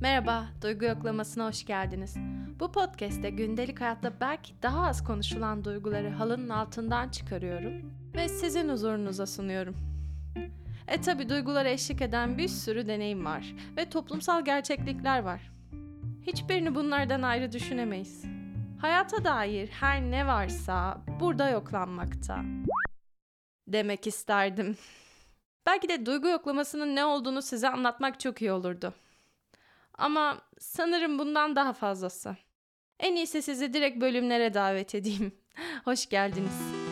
Merhaba, Duygu Yoklaması'na hoş geldiniz. Bu podcast'te gündelik hayatta belki daha az konuşulan duyguları halının altından çıkarıyorum ve sizin huzurunuza sunuyorum. Tabi duygulara eşlik eden bir sürü deneyim var ve toplumsal gerçeklikler var. Hiçbirini bunlardan ayrı düşünemeyiz. Hayata dair her ne varsa burada yoklanmakta demek isterdim. Belki de duygu yoklamasının ne olduğunu size anlatmak çok iyi olurdu. Ama sanırım bundan daha fazlası. En iyisi sizi direkt bölümlere davet edeyim. Hoş geldiniz.